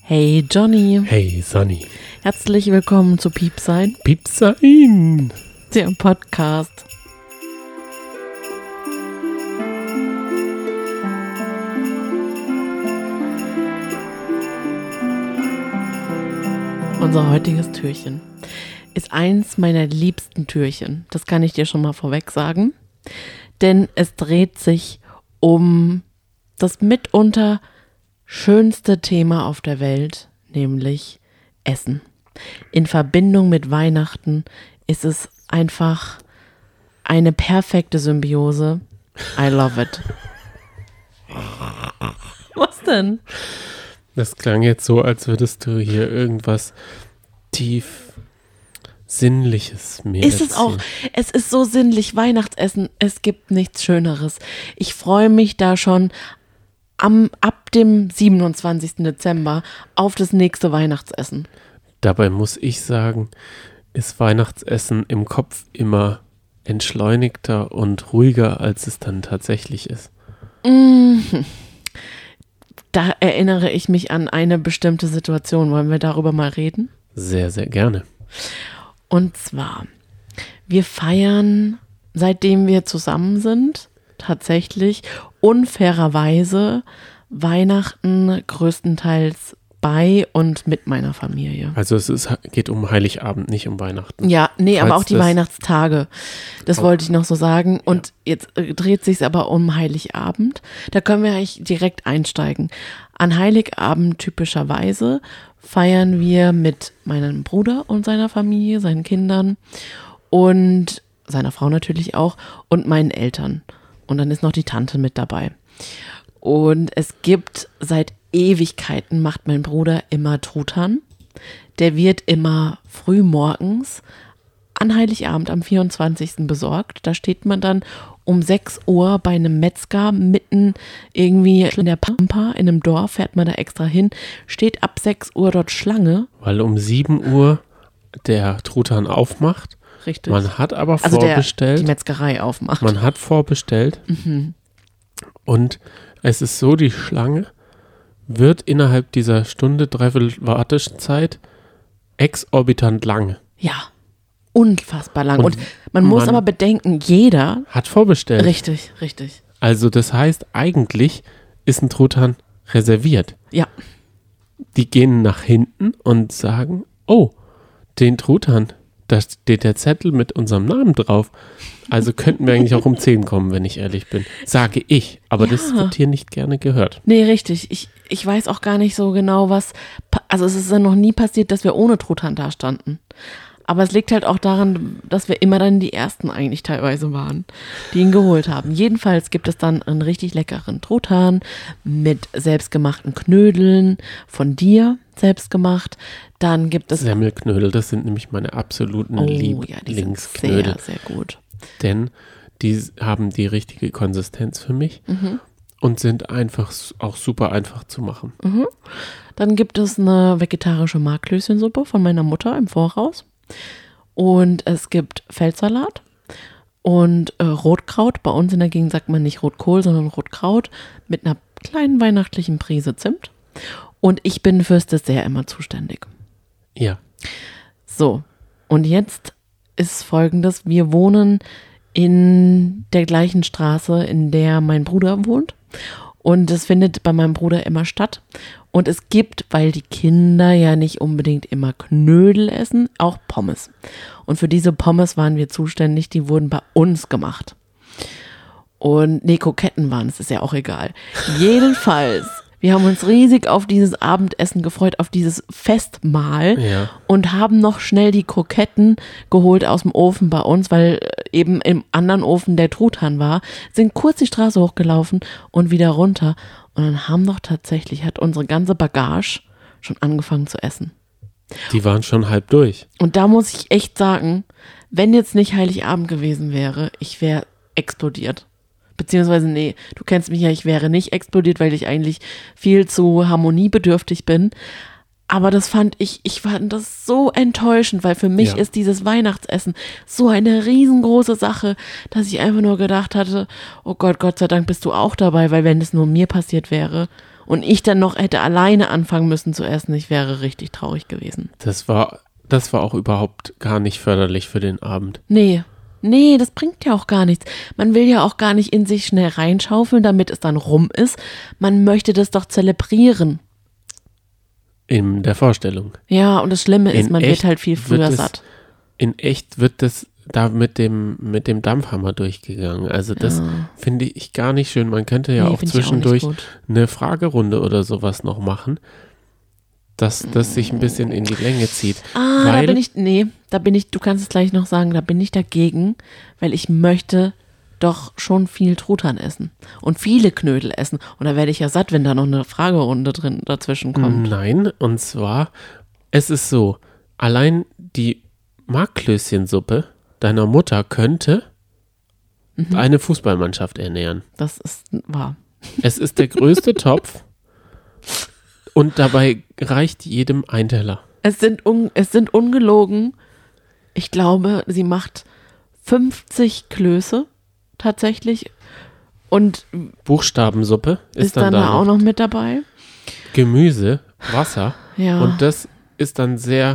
Hey Johnny. Hey Sonny. Herzlich willkommen zu Piepsein. Piepsein. Der Podcast. Unser heutiges Türchen ist eins meiner liebsten Türchen. Das kann ich dir schon mal vorweg sagen. Denn es dreht sich um das mitunter schönste Thema auf der Welt, nämlich Essen. In Verbindung mit Weihnachten ist es einfach eine perfekte Symbiose. I love it. Was denn? Das klang jetzt so, als würdest du hier irgendwas tief Sinnliches mir Ist erzählen. es auch. Es ist so sinnlich, Weihnachtsessen. Es gibt nichts Schöneres. Ich freue mich da schon ab dem 27. Dezember auf das nächste Weihnachtsessen. Dabei muss ich sagen, ist Weihnachtsessen im Kopf immer entschleunigter und ruhiger, als es dann tatsächlich ist. Da erinnere ich mich an eine bestimmte Situation. Wollen wir darüber mal reden? Sehr, sehr gerne. Und zwar, wir feiern, seitdem wir zusammen sind, tatsächlich unfairerweise Weihnachten größtenteils bei und mit meiner Familie. Also geht um Heiligabend, nicht um Weihnachten. Ja, nee, aber Falls auch die Weihnachtstage. Das wollte ich noch so sagen. Und jetzt dreht sich es aber um Heiligabend. Da können wir eigentlich direkt einsteigen. An Heiligabend typischerweise feiern wir mit meinem Bruder und seiner Familie, seinen Kindern und seiner Frau natürlich auch und meinen Eltern. Und dann ist noch die Tante mit dabei. Und es gibt seit Ewigkeiten, macht mein Bruder immer Truthahn. Der wird immer früh morgens an Heiligabend am 24. besorgt. Da steht man dann um 6 Uhr bei einem Metzger mitten irgendwie in der Pampa, in einem Dorf, fährt man da extra hin, steht ab 6 Uhr dort Schlange. Weil um 7 Uhr der Truthahn aufmacht. Richtig. Man hat aber Also vorbestellt. die Metzgerei aufmacht. Man hat vorbestellt und es ist so, die Schlange wird innerhalb dieser Stunde, dreiviertel Wartezeit exorbitant lang. Ja, unfassbar lang. Und Und man muss man aber bedenken, jeder. Hat vorbestellt. Richtig, richtig. Also das heißt, eigentlich ist ein Truthahn reserviert. Ja, Die gehen nach hinten und sagen, oh, den Truthahn, da steht der Zettel mit unserem Namen drauf. Also könnten wir eigentlich auch um 10 kommen, wenn ich ehrlich bin. Sage ich, aber das wird hier nicht gerne gehört. nee, richtig. Ich weiß auch gar nicht so genau, also es ist ja noch nie passiert, dass wir ohne Truthahn da standen. Aber es liegt halt auch daran, dass wir immer dann die Ersten eigentlich teilweise waren, die ihn geholt haben. Jedenfalls gibt es dann einen richtig leckeren Truthahn mit selbstgemachten Knödeln von dir, selbst gemacht. Dann gibt es Semmelknödel, das sind nämlich meine absoluten ja, die sind Lieblingsknödel. sehr, sehr gut. Denn die haben die richtige Konsistenz für mich und sind einfach auch super einfach zu machen. Dann gibt es eine vegetarische Marklöschensuppe von meiner Mutter im Voraus. Und es gibt Feldsalat und Rotkraut. Bei uns in der Gegend sagt man nicht Rotkohl, sondern Rotkraut mit einer kleinen weihnachtlichen Prise Zimt. Und ich bin fürs Dessert immer zuständig. Ja, So, und jetzt ist Folgendes. Wir wohnen in der gleichen Straße, in der mein Bruder wohnt. Und es findet bei meinem Bruder immer statt. Und es gibt, weil die Kinder ja nicht unbedingt immer Knödel essen, auch Pommes. Und für diese Pommes waren wir zuständig, die wurden bei uns gemacht. Und nee, Kroketten waren es, ist ja auch egal. Jedenfalls, wir haben uns riesig auf dieses Abendessen gefreut, auf dieses Festmahl Ja. und haben noch schnell die Kroketten geholt aus dem Ofen bei uns, weil eben im anderen Ofen der Truthahn war, sind kurz die Straße hochgelaufen und wieder runter. Und dann hat unsere ganze Bagage schon angefangen zu essen. die waren schon halb durch. Und da muss ich echt sagen, wenn jetzt nicht Heiligabend gewesen wäre, ich wäre explodiert. Beziehungsweise, nee, du kennst mich ja, ich wäre nicht explodiert, weil ich eigentlich viel zu harmoniebedürftig bin. Aber das fand ich fand das so enttäuschend, weil für mich ist dieses Weihnachtsessen so eine riesengroße Sache, dass ich einfach nur gedacht hatte, oh Gott, Gott sei Dank bist du auch dabei, weil wenn es nur mir passiert wäre und ich dann noch hätte alleine anfangen müssen zu essen, ich wäre richtig traurig gewesen. Das war auch überhaupt gar nicht förderlich für den Abend. Nee, das bringt ja auch gar nichts. Man will ja auch gar nicht in sich schnell reinschaufeln, damit es dann rum ist. Man möchte das doch zelebrieren. In der Vorstellung. Ja, und das Schlimme ist, In man echt wird halt viel früher wird es- satt. In echt wird das da mit dem Dampfhammer durchgegangen. Also das finde ich gar nicht schön. Man könnte ja Nee, auch find ich nicht zwischendurch gut. eine Fragerunde oder sowas noch machen, dass das sich ein bisschen in die Länge zieht. Weil, du kannst es gleich noch sagen, da bin ich dagegen, weil ich möchte doch schon viel Truthahn essen und viele Knödel essen. Und da werde ich ja satt, wenn da noch eine Fragerunde dazwischen kommt. Nein, und zwar, es ist so, allein die Markklößchensuppe deiner Mutter könnte eine Fußballmannschaft ernähren. Das ist wahr. Es ist der größte Topf und dabei reicht jedem ein Teller. Es sind ungelogen, ich glaube, sie macht 50 Klöße tatsächlich und Buchstabensuppe ist dann da auch noch mit dabei. Gemüse, Wasser Ja. und das ist dann sehr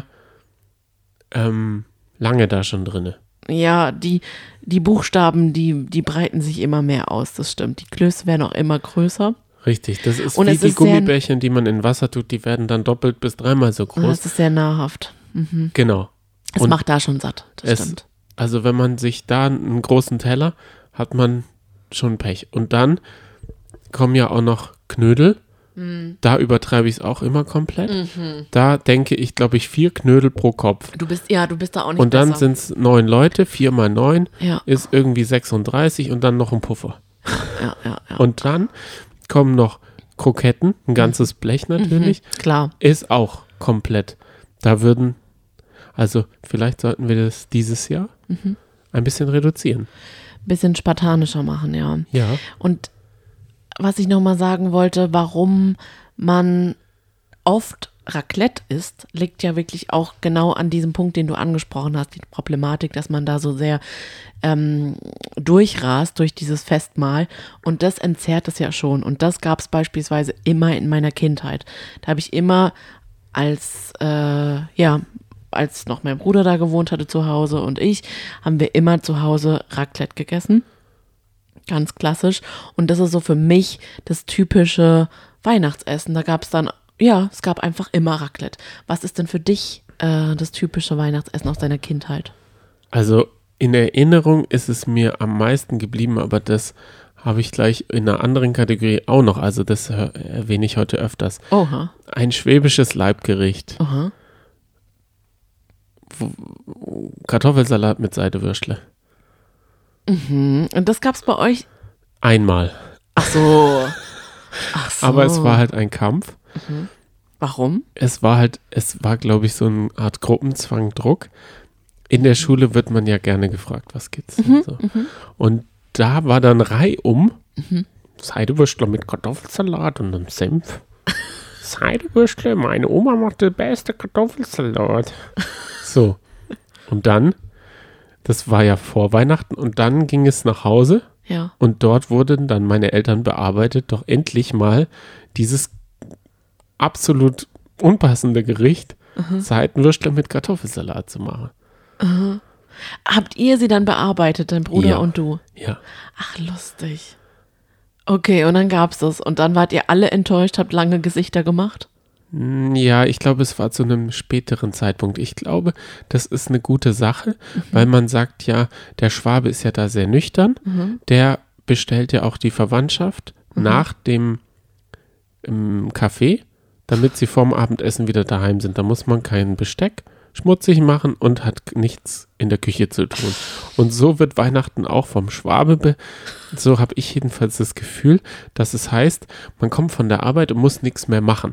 lange da schon drin. Ja, die Buchstaben, die breiten sich immer mehr aus, das stimmt. Die Klöße werden auch immer größer. Richtig, das ist Und wie es die ist sehr- Gummibärchen, die man in Wasser tut, die werden dann doppelt bis dreimal so Und groß. das ist sehr nahrhaft. Genau. Es Und macht da schon satt, das stimmt. Also wenn man sich da einen großen Teller, hat man schon Pech. Und dann kommen ja auch noch Knödel. Da übertreibe ich es auch immer komplett. Da denke ich, glaube ich, 4 Knödel pro Kopf. Du bist da auch nicht Und dann besser. sind es 9 Leute, 4 mal 9 Ja. ist irgendwie 36 und dann noch ein Puffer. Ja. Und dann kommen noch Kroketten, ein ganzes Blech natürlich, Klar. ist auch komplett. Also vielleicht sollten wir das dieses Jahr ein bisschen reduzieren. Bisschen spartanischer machen, ja. Ja. Und was ich nochmal sagen wollte, warum man oft Raclette isst, liegt ja wirklich auch genau an diesem Punkt, den du angesprochen hast, die Problematik, dass man da so sehr durchrast durch dieses Festmahl und das entzerrt es ja schon und das gab es beispielsweise immer in meiner Kindheit. Da habe ich immer als noch mein Bruder da gewohnt hatte zu Hause und ich, haben wir immer zu Hause Raclette gegessen. Ganz klassisch. Und das ist so für mich das typische Weihnachtsessen. Da gab es dann, es gab einfach immer Raclette. Was ist denn für dich das typische Weihnachtsessen aus deiner Kindheit? Also in Erinnerung ist es mir am meisten geblieben, aber das habe ich gleich in einer anderen Kategorie auch noch. Also das erwähne ich heute öfters. Oha. Ein schwäbisches Leibgericht. Aha. Kartoffelsalat mit Seidewürstle. Und das gab's bei euch? Einmal. Ach so. Aber es war halt ein Kampf. Warum? Es war, glaube ich, so eine Art Gruppenzwang, Druck. In der Schule wird man ja gerne gefragt, was gibt's denn so? Und da war dann reihum Seidewürstle mit Kartoffelsalat und einem Senf. Seidewürstle, meine Oma macht den besten Kartoffelsalat. So. Und dann, das war ja vor Weihnachten, und dann ging es nach Hause. Ja. Und dort wurden dann meine Eltern bearbeitet, doch endlich mal dieses absolut unpassende Gericht, Seitenwürstle mit Kartoffelsalat zu machen. Habt ihr sie dann bearbeitet, dein Bruder Ja. und du? Ja. Ach, lustig. Okay, und dann gab's das. Und dann wart ihr alle enttäuscht, habt lange Gesichter gemacht? Ja, ich glaube, es war zu einem späteren Zeitpunkt. Ich glaube, das ist eine gute Sache, weil man sagt ja, der Schwabe ist ja da sehr nüchtern. Der bestellt ja auch die Verwandtschaft nach dem Café, damit sie vorm Abendessen wieder daheim sind. Da muss man kein Besteck schmutzig machen und hat nichts in der Küche zu tun. Und so wird Weihnachten auch vom Schwabe, so habe ich jedenfalls das Gefühl, dass es heißt, man kommt von der Arbeit und muss nichts mehr machen.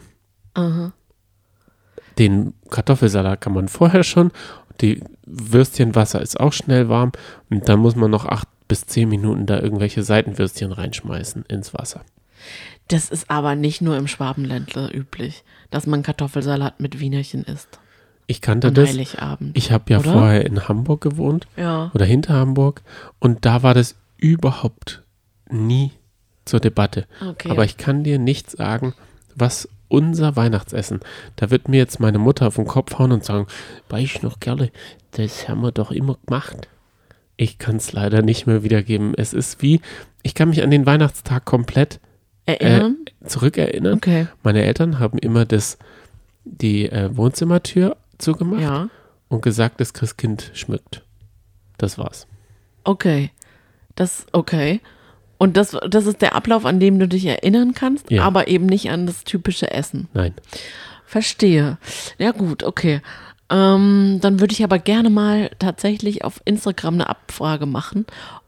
Den Kartoffelsalat kann man vorher schon, die Würstchenwasser ist auch schnell warm und dann muss man noch 8 bis 10 Minuten da irgendwelche Seitenwürstchen reinschmeißen ins Wasser. Das ist aber nicht nur im Schwabenländle üblich, dass man Kartoffelsalat mit Wienerchen isst. Ich kannte An das. Heiligabend. Ich habe ja oder? vorher in Hamburg gewohnt Ja. oder hinter Hamburg und da war das überhaupt nie zur Debatte. Okay. Aber ich kann dir nicht sagen, was unser Weihnachtsessen, da wird mir jetzt meine Mutter auf den Kopf hauen und sagen, weiß ich noch gerne, das haben wir doch immer gemacht. Ich kann es leider nicht mehr wiedergeben. Es ist wie, ich kann mich an den Weihnachtstag komplett zurückerinnern. Okay. Meine Eltern haben immer die Wohnzimmertür zugemacht Ja. und gesagt, das Christkind schmückt. Das war's. Okay. Okay. Und das ist der Ablauf, an dem du dich erinnern kannst, Ja. aber eben nicht an das typische Essen. Nein. Verstehe. Ja gut, okay. Dann würde ich aber gerne mal tatsächlich auf Instagram eine Abfrage machen,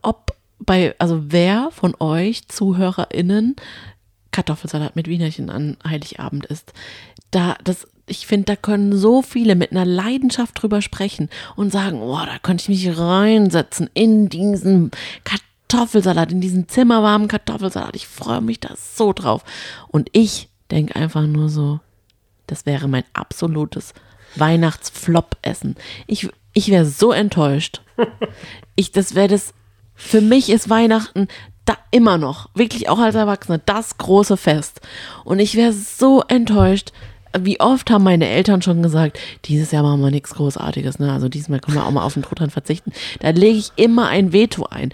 wer von euch ZuhörerInnen Kartoffelsalat mit Wienerchen an Heiligabend isst. Ich finde, da können so viele mit einer Leidenschaft drüber sprechen und sagen, oh, da könnte ich mich reinsetzen in diesen Kartoffelsalat, in diesen zimmerwarmen Kartoffelsalat. Ich freue mich da so drauf. Und ich denke einfach nur so, das wäre mein absolutes Weihnachtsflop-Essen. Ich wäre so enttäuscht. Für mich ist Weihnachten da immer noch, wirklich auch als Erwachsene, das große Fest. Und ich wäre so enttäuscht. Wie oft haben meine Eltern schon gesagt, dieses Jahr machen wir nichts Großartiges, ne? Also dieses Mal können wir auch mal auf den Truthahn verzichten. Da lege ich immer ein Veto ein.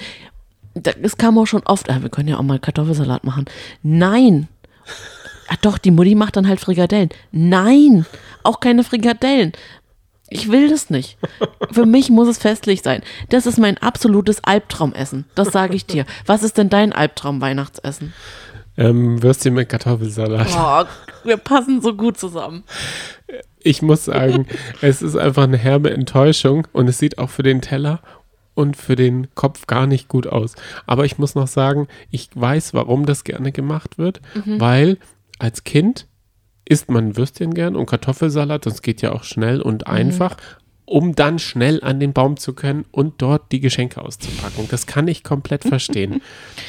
Es kam auch schon oft, wir können ja auch mal Kartoffelsalat machen. Nein. Ach doch, die Mutti macht dann halt Frikadellen. Nein, auch keine Frikadellen. Ich will das nicht. Für mich muss es festlich sein. Das ist mein absolutes Albtraumessen. Das sage ich dir. Was ist denn dein Albtraum-Weihnachtsessen? Würstchen mit Kartoffelsalat. Oh, wir passen so gut zusammen. Ich muss sagen, es ist einfach eine herbe Enttäuschung und es sieht auch für den Teller und für den Kopf gar nicht gut aus. Aber ich muss noch sagen, ich weiß, warum das gerne gemacht wird, weil als Kind isst man Würstchen gern und Kartoffelsalat, das geht ja auch schnell und einfach, um dann schnell an den Baum zu können und dort die Geschenke auszupacken. Das kann ich komplett verstehen.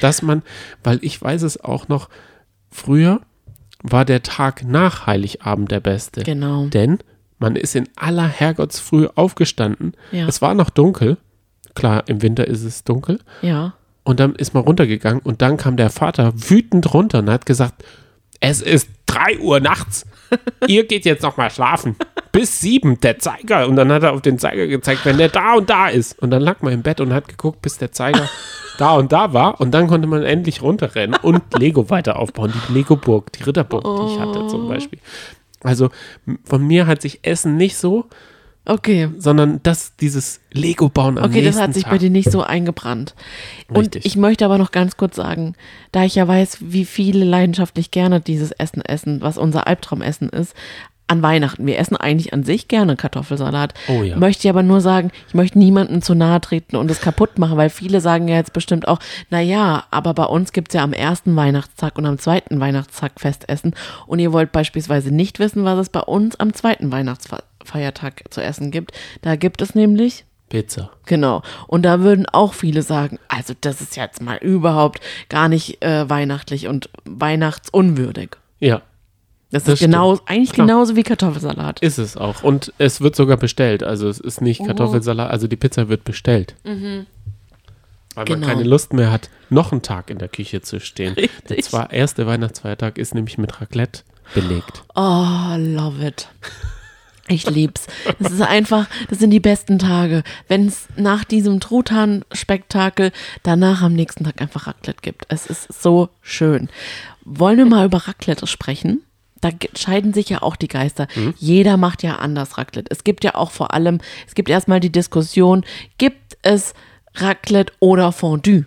Weil ich weiß es auch noch, früher war der Tag nach Heiligabend der beste. Genau. Denn man ist in aller Herrgottsfrüh aufgestanden. Ja. Es war noch dunkel. Klar, im Winter ist es dunkel. Ja. Und dann ist man runtergegangen und dann kam der Vater wütend runter und hat gesagt, es ist 3 Uhr nachts. Ihr geht jetzt noch mal schlafen. Bis 7, der Zeiger. Und dann hat er auf den Zeiger gezeigt, wenn der da und da ist. Und dann lag man im Bett und hat geguckt, bis der Zeiger da und da war. Und dann konnte man endlich runterrennen und Lego weiter aufbauen. Die Lego-Burg, die Ritterburg, die ich hatte zum Beispiel. Also von mir hat sich Essen nicht so, Okay. sondern dieses Lego-Bauen am Okay, nächsten das hat sich Tag. bei dir nicht so eingebrannt. Und Richtig. ich möchte aber noch ganz kurz sagen, da ich ja weiß, wie viele leidenschaftlich gerne dieses Essen essen, was unser Albtraumessen ist, an Weihnachten. Wir essen eigentlich an sich gerne Kartoffelsalat. Oh ja. Möchte ich aber nur sagen, ich möchte niemandem zu nahe treten und es kaputt machen, weil viele sagen ja jetzt bestimmt auch, naja, aber bei uns gibt es ja am ersten Weihnachtstag und am zweiten Weihnachtstag Festessen und ihr wollt beispielsweise nicht wissen, was es bei uns am zweiten Weihnachtsfeiertag zu essen gibt. Da gibt es nämlich Pizza. Genau. Und da würden auch viele sagen, also das ist jetzt mal überhaupt gar nicht weihnachtlich und weihnachtsunwürdig. Ja, Das Das ist genau, stimmt. eigentlich Klar. genauso wie Kartoffelsalat. ist es auch. Und es wird sogar bestellt. Also es ist nicht Kartoffelsalat, also die Pizza wird bestellt. Weil man Genau. keine Lust mehr hat, noch einen Tag in der Küche zu stehen. Richtig. Der erste Weihnachtsfeiertag ist nämlich mit Raclette belegt. Oh, love it. Ich lieb's. Das ist einfach, das sind die besten Tage. Wenn es nach diesem Truthahn-Spektakel danach am nächsten Tag einfach Raclette gibt. Es ist so schön. Wollen wir mal über Raclette sprechen? Da scheiden sich ja auch die Geister. Jeder macht ja anders Raclette. Es gibt ja auch es gibt erstmal die Diskussion, gibt es Raclette oder Fondue?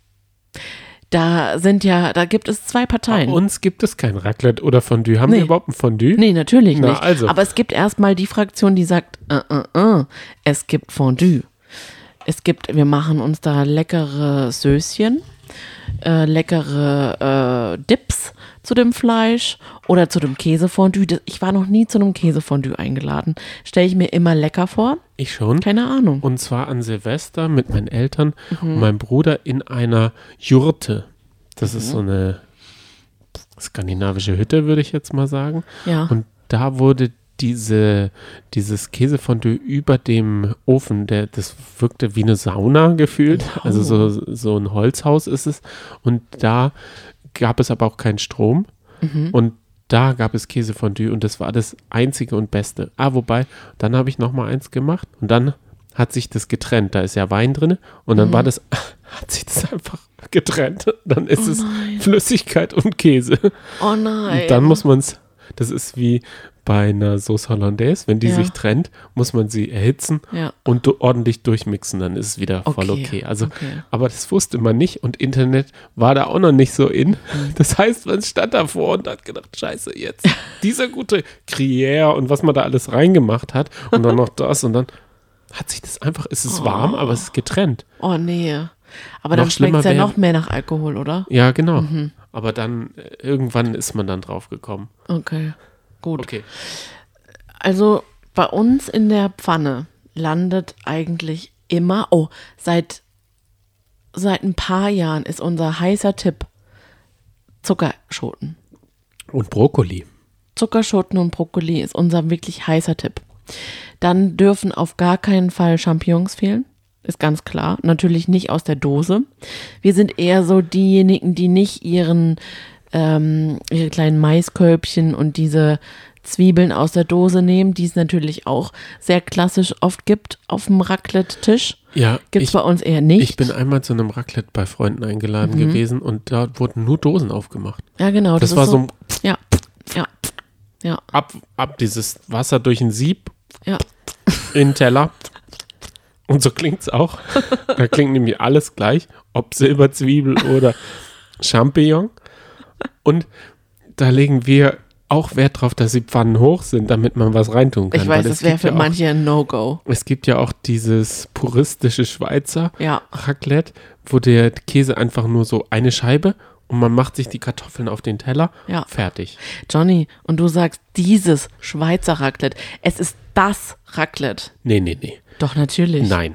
Da gibt es zwei Parteien. Bei uns gibt es kein Raclette oder Fondue. Haben Nee. wir überhaupt ein Fondue? Nee, natürlich Na, nicht. also. Aber es gibt erstmal die Fraktion, die sagt, es gibt Fondue. Wir machen uns da leckere Söschen, leckere Dips zu dem Fleisch oder zu dem Käsefondue. Ich war noch nie zu einem Käsefondue eingeladen. Stelle ich mir immer lecker vor. Ich schon. Keine Ahnung. Und zwar an Silvester mit meinen Eltern und meinem Bruder in einer Jurte. Das ist so eine skandinavische Hütte, würde ich jetzt mal sagen. Ja. Und da wurde dieses Käsefondue über dem Ofen, das wirkte wie eine Sauna gefühlt. Wow. Also so ein Holzhaus ist es. Und da gab es aber auch keinen Strom. Und da gab es Käsefondue und das war das einzige und beste. Wobei, dann habe ich nochmal eins gemacht und dann hat sich das getrennt. Da ist ja Wein drin und dann hat sich das einfach getrennt. Dann ist es Flüssigkeit und Käse. Oh nein. Und dann muss man es, das ist wie bei einer Sauce Hollandaise, wenn die sich trennt, muss man sie erhitzen und ordentlich durchmixen, dann ist es wieder voll okay. Also, aber das wusste man nicht und Internet war da auch noch nicht so in. Das heißt, man stand davor und hat gedacht, scheiße, jetzt dieser gute Gruyère und was man da alles reingemacht hat und dann noch das und dann hat sich das einfach, es ist warm, aber es ist getrennt. Oh nee. Aber dann schmeckt es ja noch mehr nach Alkohol, oder? Ja, genau. Aber dann, irgendwann ist man dann drauf gekommen. Okay, gut. Okay. Also bei uns in der Pfanne landet eigentlich immer, seit ein paar Jahren ist unser heißer Tipp Zuckerschoten. Und Brokkoli. Zuckerschoten und Brokkoli ist unser wirklich heißer Tipp. Dann dürfen auf gar keinen Fall Champignons fehlen. Ist ganz klar. Natürlich nicht aus der Dose. Wir sind eher so diejenigen, die nicht ihre kleinen Maiskörbchen und diese Zwiebeln aus der Dose nehmen, die es natürlich auch sehr klassisch oft gibt auf dem Raclette-Tisch. Ja, gibt es bei uns eher nicht. Ich bin einmal zu einem Raclette bei Freunden eingeladen gewesen und da wurden nur Dosen aufgemacht. Ja, genau. Das war so ein ja. Ab dieses Wasser durch ein Sieb in den Teller. Und so klingt es auch. Da klingt nämlich alles gleich, ob Silberzwiebel oder Champignon. Und da legen wir auch Wert drauf, dass die Pfannen hoch sind, damit man was reintun kann. Ich weiß, das wäre für manche ein No-Go. Es gibt ja auch dieses puristische Schweizer Raclette, wo der Käse einfach nur so eine Scheibe und man macht sich die Kartoffeln auf den Teller, fertig. Johnny, und du sagst dieses Schweizer Raclette, es ist das Raclette. Nee. Doch, natürlich. Nein.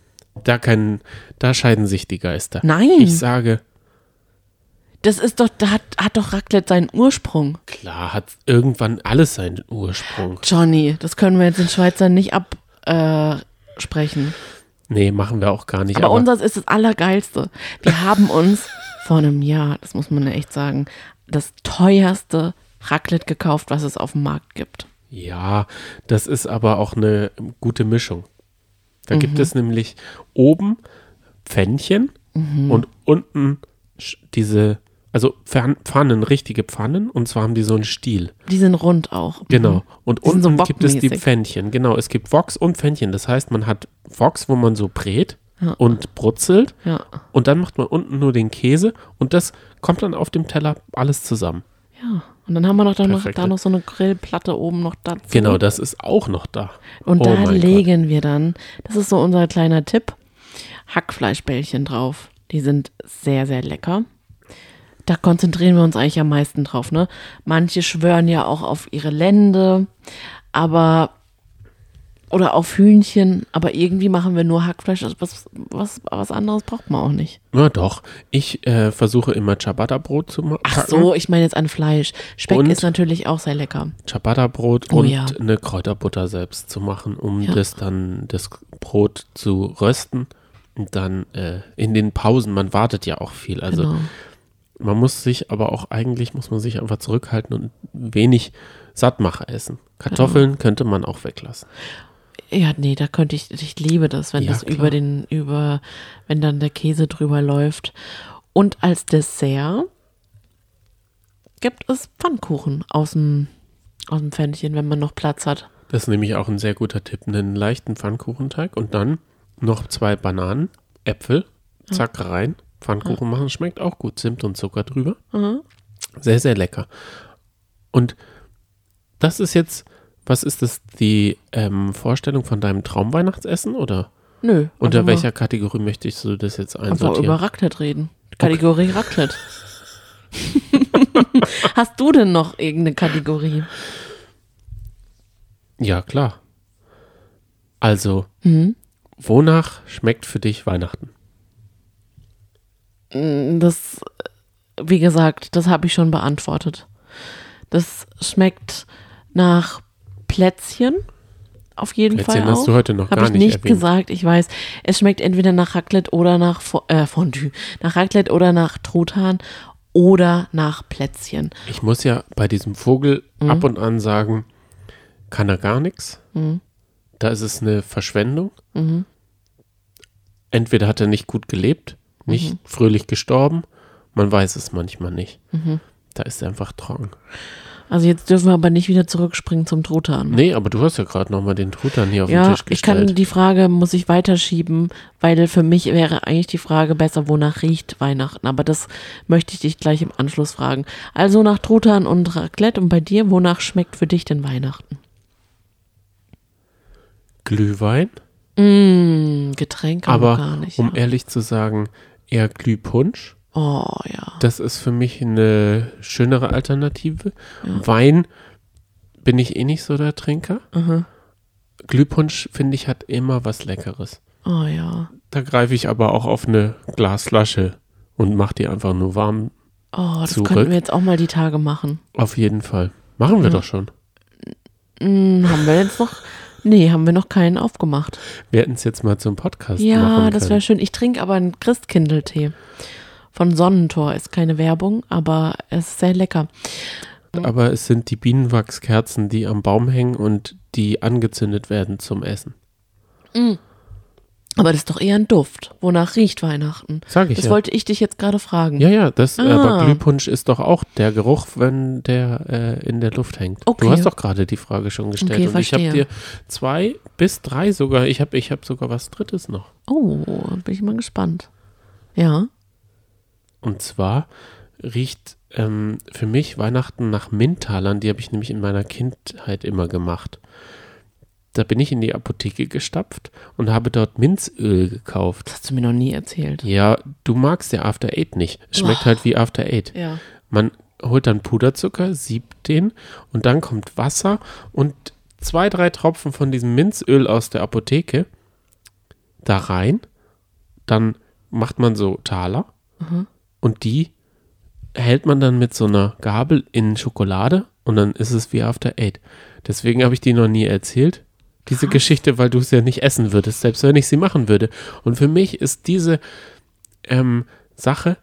Da scheiden sich die Geister. Nein. Ich sage, das ist doch, da hat doch Raclette seinen Ursprung. klar, hat irgendwann alles seinen Ursprung. Johnny, das können wir jetzt den Schweizern nicht absprechen. Nee, machen wir auch gar nicht. Aber unseres ist das Allergeilste. Wir haben uns vor einem Jahr, das muss man ja echt sagen, das teuerste Raclette gekauft, was es auf dem Markt gibt. Ja, das ist aber auch eine gute Mischung. Da gibt es nämlich oben Pfännchen und unten also Pfannen, richtige Pfannen, und zwar haben die so einen Stiel. Die sind rund auch. Genau. Und Die sind unten so gibt es die wokmäßig. Pfännchen. Genau, es gibt Woks und Pfännchen. Das heißt, man hat Woks, wo man so brät und brutzelt. Ja. Und dann macht man unten nur den Käse und das kommt dann auf dem Teller alles zusammen. Ja. Und dann haben wir noch da Perfekt. noch so eine Grillplatte oben noch dazu. Genau, das ist auch noch da. Und Oh da mein legen wir dann, das ist so unser kleiner Tipp, Hackfleischbällchen drauf. Die sind sehr, sehr lecker. Da konzentrieren wir uns eigentlich am meisten drauf, ne? Manche schwören ja auch auf ihre Lende, oder auf Hühnchen, aber irgendwie machen wir nur Hackfleisch. Also was anderes braucht man auch nicht. Ja, doch. Ich versuche immer Ciabatta-Brot zu machen. Ach so, ich meine jetzt an Fleisch. Speck Und? ist natürlich auch sehr lecker. Ciabatta-Brot Oh und ja. eine Kräuterbutter selbst zu machen, um das Brot zu rösten. Und dann in den Pausen, man wartet ja auch viel. Also Genau. man muss sich einfach zurückhalten und wenig Sattmacher essen. Kartoffeln könnte man auch weglassen. Ja, nee, da könnte ich liebe das, wenn Ja, das klar. wenn dann der Käse drüber läuft. Und als Dessert gibt es Pfannkuchen aus dem Pfännchen, wenn man noch Platz hat. Das ist nämlich auch ein sehr guter Tipp. Einen leichten Pfannkuchenteig und dann noch 2 Bananen, Äpfel, zack rein, Pfannkuchen machen, schmeckt auch gut. Zimt und Zucker drüber. Sehr, sehr lecker. Und das ist jetzt, was ist das, die Vorstellung von deinem Traumweihnachtsessen oder Nö. unter einfach welcher Kategorie möchtest du das jetzt mal einfach einsortieren? über Raclette reden. Kategorie Raclette. Hast du denn noch irgendeine Kategorie? Ja, klar. Also, wonach schmeckt für dich Weihnachten? Das, wie gesagt, das habe ich schon beantwortet. Das schmeckt nach Plätzchen, auf jeden Plätzchen Fall auch. hast du heute noch Hab gar ich nicht nicht erwähnt. gesagt, ich weiß. Es schmeckt entweder nach Raclette oder nach Fondue. Nach Raclette oder nach Truthahn. oder nach Plätzchen. Ich muss ja bei diesem Vogel ab und an sagen, kann er gar nichts. Da ist es eine Verschwendung. Entweder hat er nicht gut gelebt, nicht fröhlich gestorben. Man weiß es manchmal nicht. Da ist er einfach trocken. Also jetzt dürfen wir aber nicht wieder zurückspringen zum Truthahn. Nee, aber du hast ja gerade nochmal den Truthahn hier auf den Tisch ich kann gestellt. die Frage, muss ich weiterschieben, weil für mich wäre eigentlich die Frage besser, wonach riecht Weihnachten? Aber das möchte ich dich gleich im Anschluss fragen. Also nach Truthahn und Raclette und bei dir, wonach schmeckt für dich denn Weihnachten? Glühwein, Getränke aber gar nicht. um ehrlich zu sagen, eher Glühpunsch. Oh ja. Das ist für mich eine schönere Alternative. Wein bin ich eh nicht so der Trinker. Glühpunsch, finde ich, hat immer was Leckeres. Oh ja. Da greife ich aber auch auf eine Glasflasche und mache die einfach nur warm. Oh, das zurück. könnten wir jetzt auch mal die Tage machen. Auf jeden Fall. Machen wir doch schon. Haben wir jetzt noch? Nee, haben wir noch keinen aufgemacht. Wir hätten es jetzt mal zum Podcast machen Ja, können. das wäre schön. Ich trinke aber einen Christkindltee. Von Sonnentor, ist keine Werbung, aber es ist sehr lecker. Aber es sind die Bienenwachskerzen, die am Baum hängen und die angezündet werden zum Essen. Aber das ist doch eher ein Duft. Wonach riecht Weihnachten? Sag ich Das ja. wollte ich dich jetzt gerade fragen. Ja, aber Glühpunsch ist doch auch der Geruch, wenn der in der Luft hängt. Okay. Du hast doch gerade die Frage schon gestellt. Okay, und ich habe verstehe. dir 2 bis 3 sogar, ich hab sogar was Drittes noch. Oh, bin ich mal gespannt. Ja. Und zwar riecht für mich Weihnachten nach Mintalern, die habe ich nämlich in meiner Kindheit immer gemacht. Da bin ich in die Apotheke gestapft und habe dort Minzöl gekauft. Das hast du mir noch nie erzählt. Ja, du magst ja After Eight nicht. Es schmeckt halt wie After Eight. Ja. Man holt dann Puderzucker, siebt den und dann kommt Wasser und 2, 3 Tropfen von diesem Minzöl aus der Apotheke da rein. Dann macht man so Taler und die hält man dann mit so einer Gabel in Schokolade und dann ist es wie After Eight. Deswegen habe ich die noch nie erzählt, diese Geschichte, weil du es ja nicht essen würdest, selbst wenn ich sie machen würde. Und für mich ist diese Sache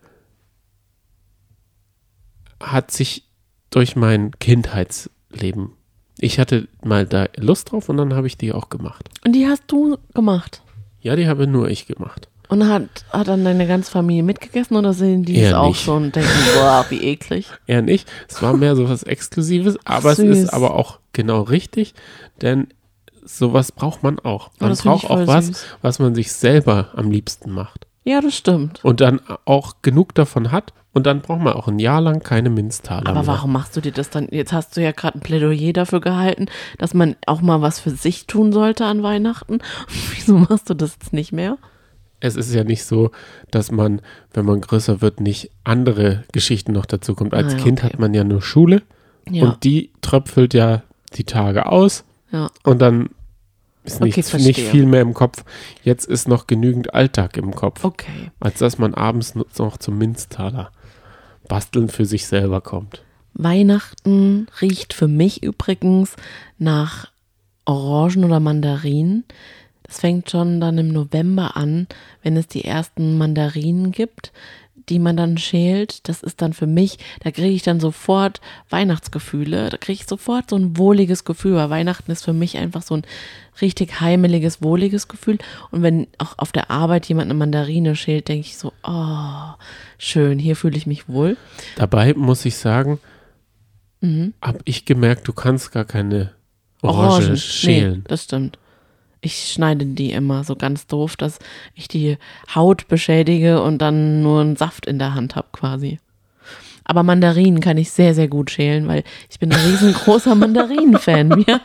hat sich durch mein Kindheitsleben, ich hatte mal da Lust drauf und dann habe ich die auch gemacht. Und die hast du gemacht? Ja, die habe nur ich gemacht. Und hat dann deine ganze Familie mitgegessen oder sehen die es Eher auch nicht. so und denken, boah, wie eklig? Eher nicht. Es war mehr so was Exklusives, aber es süß. ist aber auch genau richtig, denn sowas braucht man auch. Man das find ich braucht auch voll was, süß. was man sich selber am liebsten macht. Ja, das stimmt. Und dann auch genug davon hat und dann braucht man auch ein Jahr lang keine Minztaler Aber mehr. warum machst du dir das dann? Jetzt hast du ja gerade ein Plädoyer dafür gehalten, dass man auch mal was für sich tun sollte an Weihnachten. Wieso machst du das jetzt nicht mehr? Es ist ja nicht so, dass man, wenn man größer wird, nicht andere Geschichten noch dazu kommt. Als Ah, ja, Kind okay. hat man ja nur Schule Ja. und die tröpfelt ja die Tage aus Ja. und dann ist Okay, nicht verstehe. viel mehr im Kopf. Jetzt ist noch genügend Alltag im Kopf, Okay. als dass man abends noch zum Minztaler basteln für sich selber kommt. Weihnachten riecht für mich übrigens nach Orangen oder Mandarinen. Das fängt schon dann im November an, wenn es die ersten Mandarinen gibt, die man dann schält. Das ist dann für mich, da kriege ich dann sofort Weihnachtsgefühle. Da kriege ich sofort so ein wohliges Gefühl, weil Weihnachten ist für mich einfach so ein richtig heimeliges, wohliges Gefühl. Und wenn auch auf der Arbeit jemand eine Mandarine schält, denke ich so, oh, schön, hier fühle ich mich wohl. Dabei muss ich sagen, habe ich gemerkt, du kannst gar keine Orange schälen. Nee, das stimmt. Ich schneide die immer so ganz doof, dass ich die Haut beschädige und dann nur einen Saft in der Hand habe quasi. Aber Mandarinen kann ich sehr, sehr gut schälen, weil ich bin ein riesengroßer Mandarinen-Fan. Ja.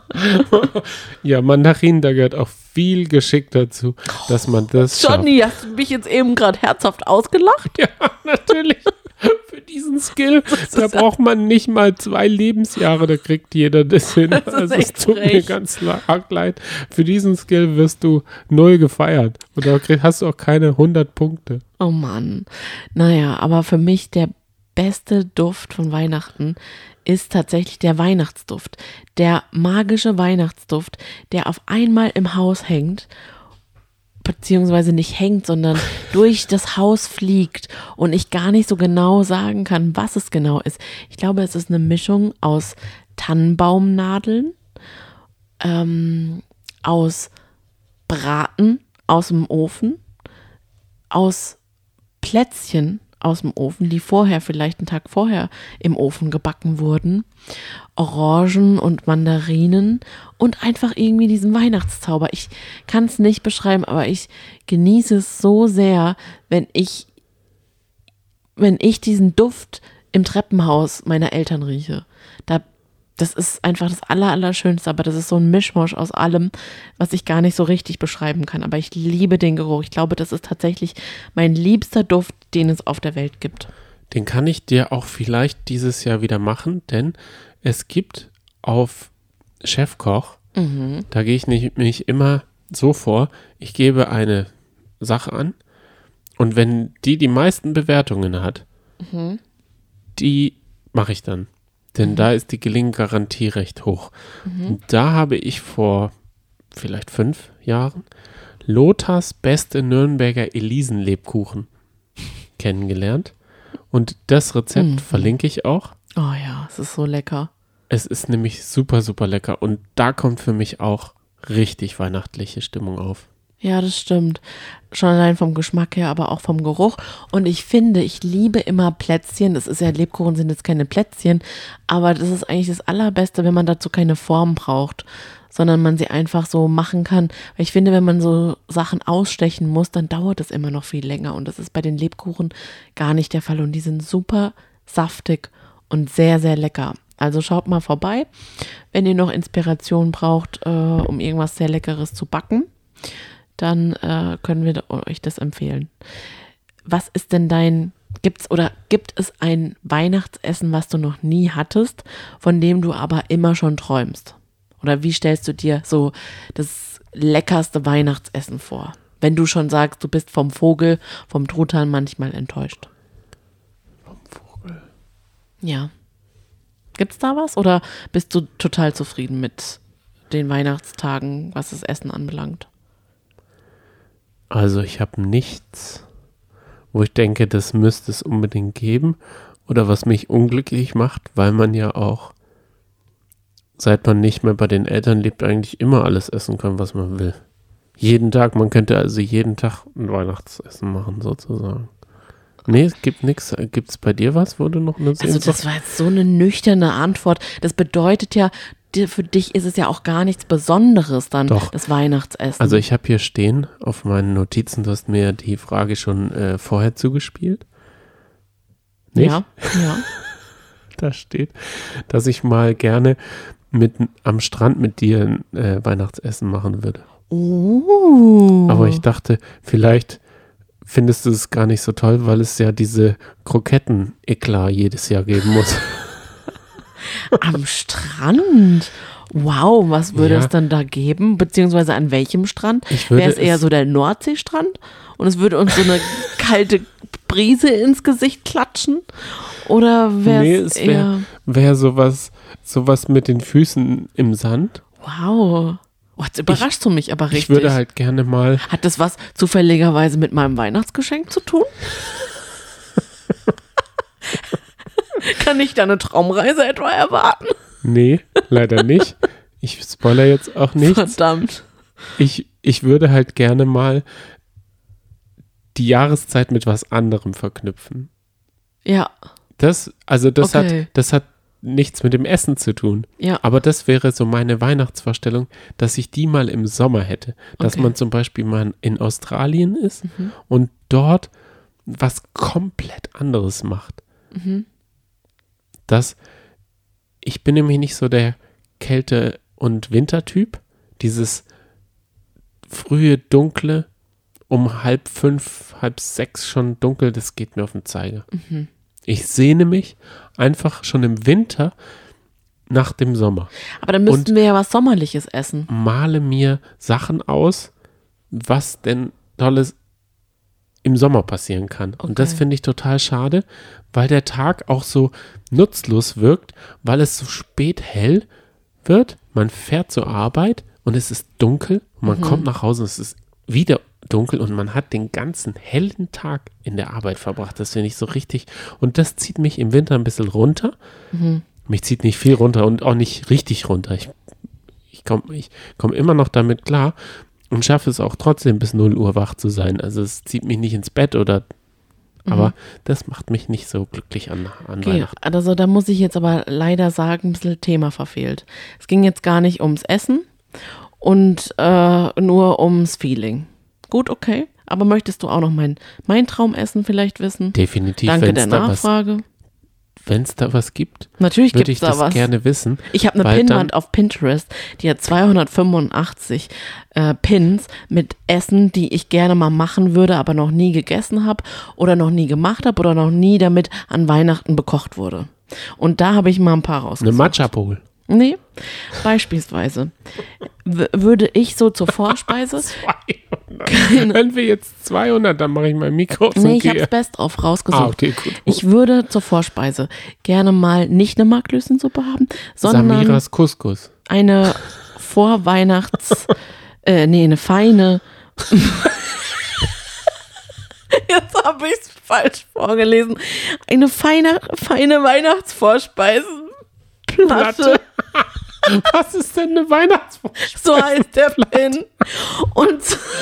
Ja, Mandarinen, da gehört auch viel Geschick dazu, dass man das schafft. Johnny, hast du mich jetzt eben gerade herzhaft ausgelacht? Ja, natürlich. Für diesen Skill, da braucht man nicht mal 2 Lebensjahre, da kriegt jeder das hin. Das ist Also es echt tut mir frech. ganz arg leid. Für diesen Skill wirst du 0 gefeiert. Und da hast du auch keine 100 Punkte. Oh Mann. Naja, aber für mich der beste Duft von Weihnachten ist tatsächlich der Weihnachtsduft. Der magische Weihnachtsduft, der auf einmal im Haus hängt. beziehungsweise nicht hängt, sondern durch das Haus fliegt und ich gar nicht so genau sagen kann, was es genau ist. Ich glaube, es ist eine Mischung aus Tannenbaumnadeln, aus Braten aus dem Ofen, aus Plätzchen aus dem Ofen, die vielleicht einen Tag vorher im Ofen gebacken wurden, Orangen und Mandarinen und einfach irgendwie diesen Weihnachtszauber. Ich kann es nicht beschreiben, aber ich genieße es so sehr, wenn ich diesen Duft im Treppenhaus meiner Eltern rieche. Das ist einfach das Allerschönste, aber das ist so ein Mischmasch aus allem, was ich gar nicht so richtig beschreiben kann. Aber ich liebe den Geruch. Ich glaube, das ist tatsächlich mein liebster Duft, den es auf der Welt gibt. Den kann ich dir auch vielleicht dieses Jahr wieder machen, denn es gibt auf Chefkoch, da gehe ich nicht immer so vor, ich gebe eine Sache an und wenn die meisten Bewertungen hat, die mache ich dann. Denn da ist die Gelinggarantie recht hoch. Und da habe ich vor vielleicht 5 Jahren Lothars beste Nürnberger Elisenlebkuchen kennengelernt. Und das Rezept verlinke ich auch. Oh ja, es ist so lecker. Es ist nämlich super, super lecker. Und da kommt für mich auch richtig weihnachtliche Stimmung auf. Ja, das stimmt. Schon allein vom Geschmack her, aber auch vom Geruch. Und ich finde, ich liebe immer Plätzchen. Das ist ja, Lebkuchen sind jetzt keine Plätzchen, aber das ist eigentlich das Allerbeste, wenn man dazu keine Form braucht, sondern man sie einfach so machen kann. Weil ich finde, wenn man so Sachen ausstechen muss, dann dauert es immer noch viel länger. Und das ist bei den Lebkuchen gar nicht der Fall. Und die sind super saftig und sehr, sehr lecker. Also schaut mal vorbei, wenn ihr noch Inspiration braucht, um irgendwas sehr Leckeres zu backen. Dann können wir euch das empfehlen. Was ist denn gibt es ein Weihnachtsessen, was du noch nie hattest, von dem du aber immer schon träumst? Oder wie stellst du dir so das leckerste Weihnachtsessen vor? Wenn du schon sagst, du bist vom Truthahn manchmal enttäuscht. Vom Vogel? Ja. Gibt's da was? Oder bist du total zufrieden mit den Weihnachtstagen, was das Essen anbelangt? Also ich habe nichts, wo ich denke, das müsste es unbedingt geben oder was mich unglücklich macht, weil man ja auch, seit man nicht mehr bei den Eltern lebt, eigentlich immer alles essen kann, was man will. Jeden Tag, man könnte also jeden Tag ein Weihnachtsessen machen, sozusagen. Nee, es gibt nichts. Gibt es bei dir was, wo du noch eine Sehnsucht? Also das war jetzt so eine nüchterne Antwort. Das bedeutet ja, für dich ist es ja auch gar nichts Besonderes dann, Doch. Das Weihnachtsessen. Also ich habe hier stehen auf meinen Notizen, du hast mir die Frage schon vorher zugespielt. Nicht? Ja. Da steht, dass ich mal gerne am Strand mit dir ein Weihnachtsessen machen würde. Aber ich dachte, vielleicht findest du es gar nicht so toll, weil es ja diese Kroketten-Eklat jedes Jahr geben muss. Am Strand? Wow, was würde es dann da geben? Beziehungsweise an welchem Strand? Wäre es eher so der Nordseestrand? Und es würde uns so eine kalte Brise ins Gesicht klatschen? Oder wäre es eher... Wäre sowas mit den Füßen im Sand. Wow. Oh, jetzt überraschst du mich aber richtig. Ich würde halt gerne mal... Hat das was zufälligerweise mit meinem Weihnachtsgeschenk zu tun? Kann ich da eine Traumreise etwa erwarten? Nee, leider nicht. Ich spoiler jetzt auch nichts. Verdammt. Ich würde halt gerne mal die Jahreszeit mit was anderem verknüpfen. Ja. Das hat nichts mit dem Essen zu tun. Ja. Aber das wäre so meine Weihnachtsvorstellung, dass ich die mal im Sommer hätte. Dass man zum Beispiel mal in Australien ist und dort was komplett anderes macht. Ich bin nämlich nicht so der Kälte- und Wintertyp. Dieses frühe Dunkle, um 4:30, 5:30 schon dunkel, das geht mir auf den Zeiger. Ich sehne mich einfach schon im Winter nach dem Sommer. Aber dann müssten wir ja was Sommerliches essen. Male mir Sachen aus, was denn Tolles im Sommer passieren kann. Und das finde ich total schade, weil der Tag auch so nutzlos wirkt, weil es so spät hell wird. Man fährt zur Arbeit und es ist dunkel und man kommt nach Hause und es ist wieder dunkel und man hat den ganzen hellen Tag in der Arbeit verbracht. Das finde ich so richtig. Und das zieht mich im Winter ein bisschen runter. Mich zieht nicht viel runter und auch nicht richtig runter. Ich komm immer noch damit klar und schaffe es auch trotzdem bis 0 Uhr wach zu sein. Also es zieht mich nicht ins Bett aber das macht mich nicht so glücklich an Weihnachten. Also da muss ich jetzt aber leider sagen, ein bisschen Thema verfehlt. Es ging jetzt gar nicht ums Essen und nur ums Feeling. Gut, okay. Aber möchtest du auch noch mein Traumessen vielleicht wissen? Definitiv. Danke der Nachfrage. Wenn es da was gibt, natürlich würde ich da das was. gerne wissen. Ich habe eine Pinnwand auf Pinterest, die hat 285 Pins mit Essen, die ich gerne mal machen würde, aber noch nie gegessen habe oder noch nie gemacht habe oder noch nie damit an Weihnachten bekocht wurde. Und da habe ich mal ein paar rausgesucht. Eine Matcha Bowl. Nee, beispielsweise würde ich so zur Vorspeise 200. Wenn wir jetzt 200, dann mache ich mein Mikro aus. Nee, ich habe es best drauf rausgesucht. Okay, gut. Ich würde zur Vorspeise gerne mal nicht eine Marklöschensuppe haben, sondern Samiras Couscous. eine eine feine jetzt habe ich es falsch vorgelesen. Eine feine Weihnachtsvorspeisenplatte. Was ist denn eine Weihnachtsvorspeise? So heißt der Pin. Und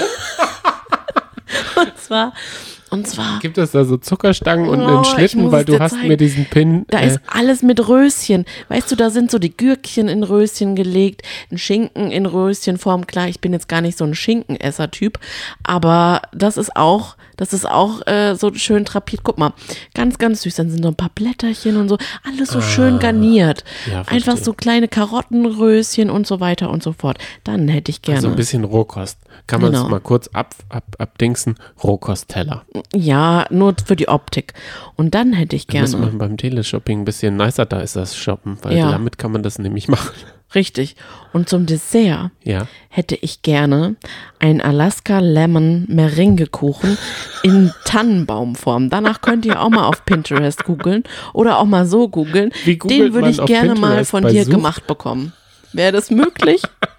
zwar gibt es da so Zuckerstangen und einen ich Schlitten, muss weil es du dir hast zeigen. mir diesen Pin. Da ist alles mit Röschen. Weißt du, da sind so die Gürkchen in Röschen gelegt, ein Schinken in Röschenform. Klar, ich bin jetzt gar nicht so ein Schinkenesser-Typ, aber das ist auch so schön drapiert. Guck mal, ganz, ganz süß. Dann sind noch ein paar Blätterchen und so. Alles so schön garniert. Ja, einfach so kleine Karottenröschen und so weiter und so fort. Dann hätte ich gerne. Also ein bisschen Rohkost. Kann man es mal kurz abdingsen? Rohkostteller. Ja, nur für die Optik. Und dann hätte ich Da gerne. muss man beim Teleshopping ein bisschen nicer da ist das shoppen, weil Ja. damit kann man das nämlich machen. Richtig. Und zum Dessert Ja. hätte ich gerne einen Alaska Lemon Meringekuchen in Tannenbaumform. Danach könnt ihr auch mal auf Pinterest googeln oder auch mal so googeln. Wie googelt Den würde man ich auf gerne mal Pinterest von bei dir Such? gemacht bekommen. Wäre das möglich?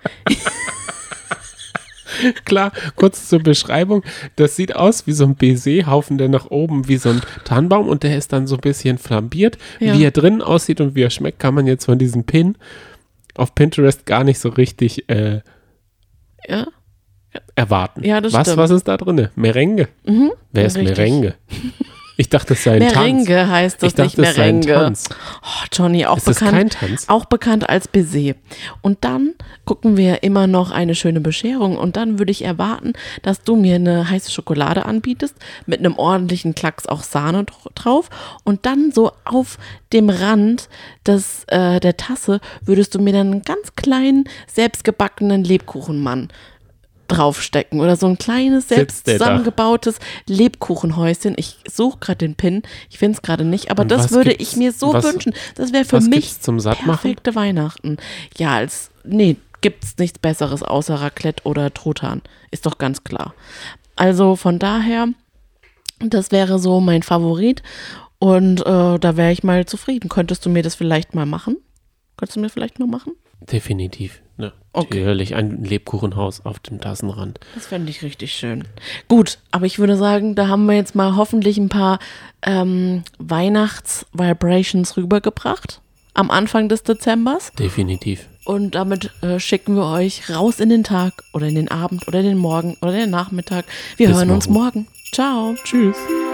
Klar, kurz zur Beschreibung. Das sieht aus wie so ein Baiser-Haufen, der nach oben wie so ein Tannenbaum und der ist dann so ein bisschen flambiert. Ja. Wie er drinnen aussieht und wie er schmeckt, kann man jetzt von diesem Pin auf Pinterest gar nicht so richtig Ja. erwarten. Ja, das stimmt. Was ist da drin? Merengue? Wer ist richtig. Merengue? Ich dachte, es sei ein Tanz. Merengue heißt das, Ich dachte, nicht es sei ein Merengue. Tanz. Oh, Johnny, auch Ist das kein Tanz? auch bekannt als Baiser. Und dann gucken wir immer noch eine schöne Bescherung und dann würde ich erwarten, dass du mir eine heiße Schokolade anbietest mit einem ordentlichen Klacks auch Sahne drauf und dann so auf dem Rand der Tasse würdest du mir dann einen ganz kleinen, selbstgebackenen Lebkuchenmann draufstecken oder so ein kleines, selbst Sitzt der da? zusammengebautes Lebkuchenhäuschen. Ich suche gerade den Pin, ich finde es gerade nicht, aber Und das was würde gibt's- ich mir so was- wünschen. Das wäre für was mich gibt's zum Sattmachen? perfekte Weihnachten. Ja, gibt's nichts Besseres außer Raclette oder Truthahn. Ist doch ganz klar. Also von daher, das wäre so mein Favorit und da wäre ich mal zufrieden. Könntest du mir das vielleicht mal machen? Könntest du mir vielleicht mal machen? Definitiv. Ne, Okay. natürlich. Ein Lebkuchenhaus auf dem Tassenrand. Das fände ich richtig schön. Gut, aber ich würde sagen, da haben wir jetzt mal hoffentlich ein paar Weihnachts-Vibrations rübergebracht am Anfang des Dezembers. Definitiv. Und damit schicken wir euch raus in den Tag oder in den Abend oder den Morgen oder den Nachmittag. Wir Bis hören uns morgen. morgen. Ciao. Tschüss.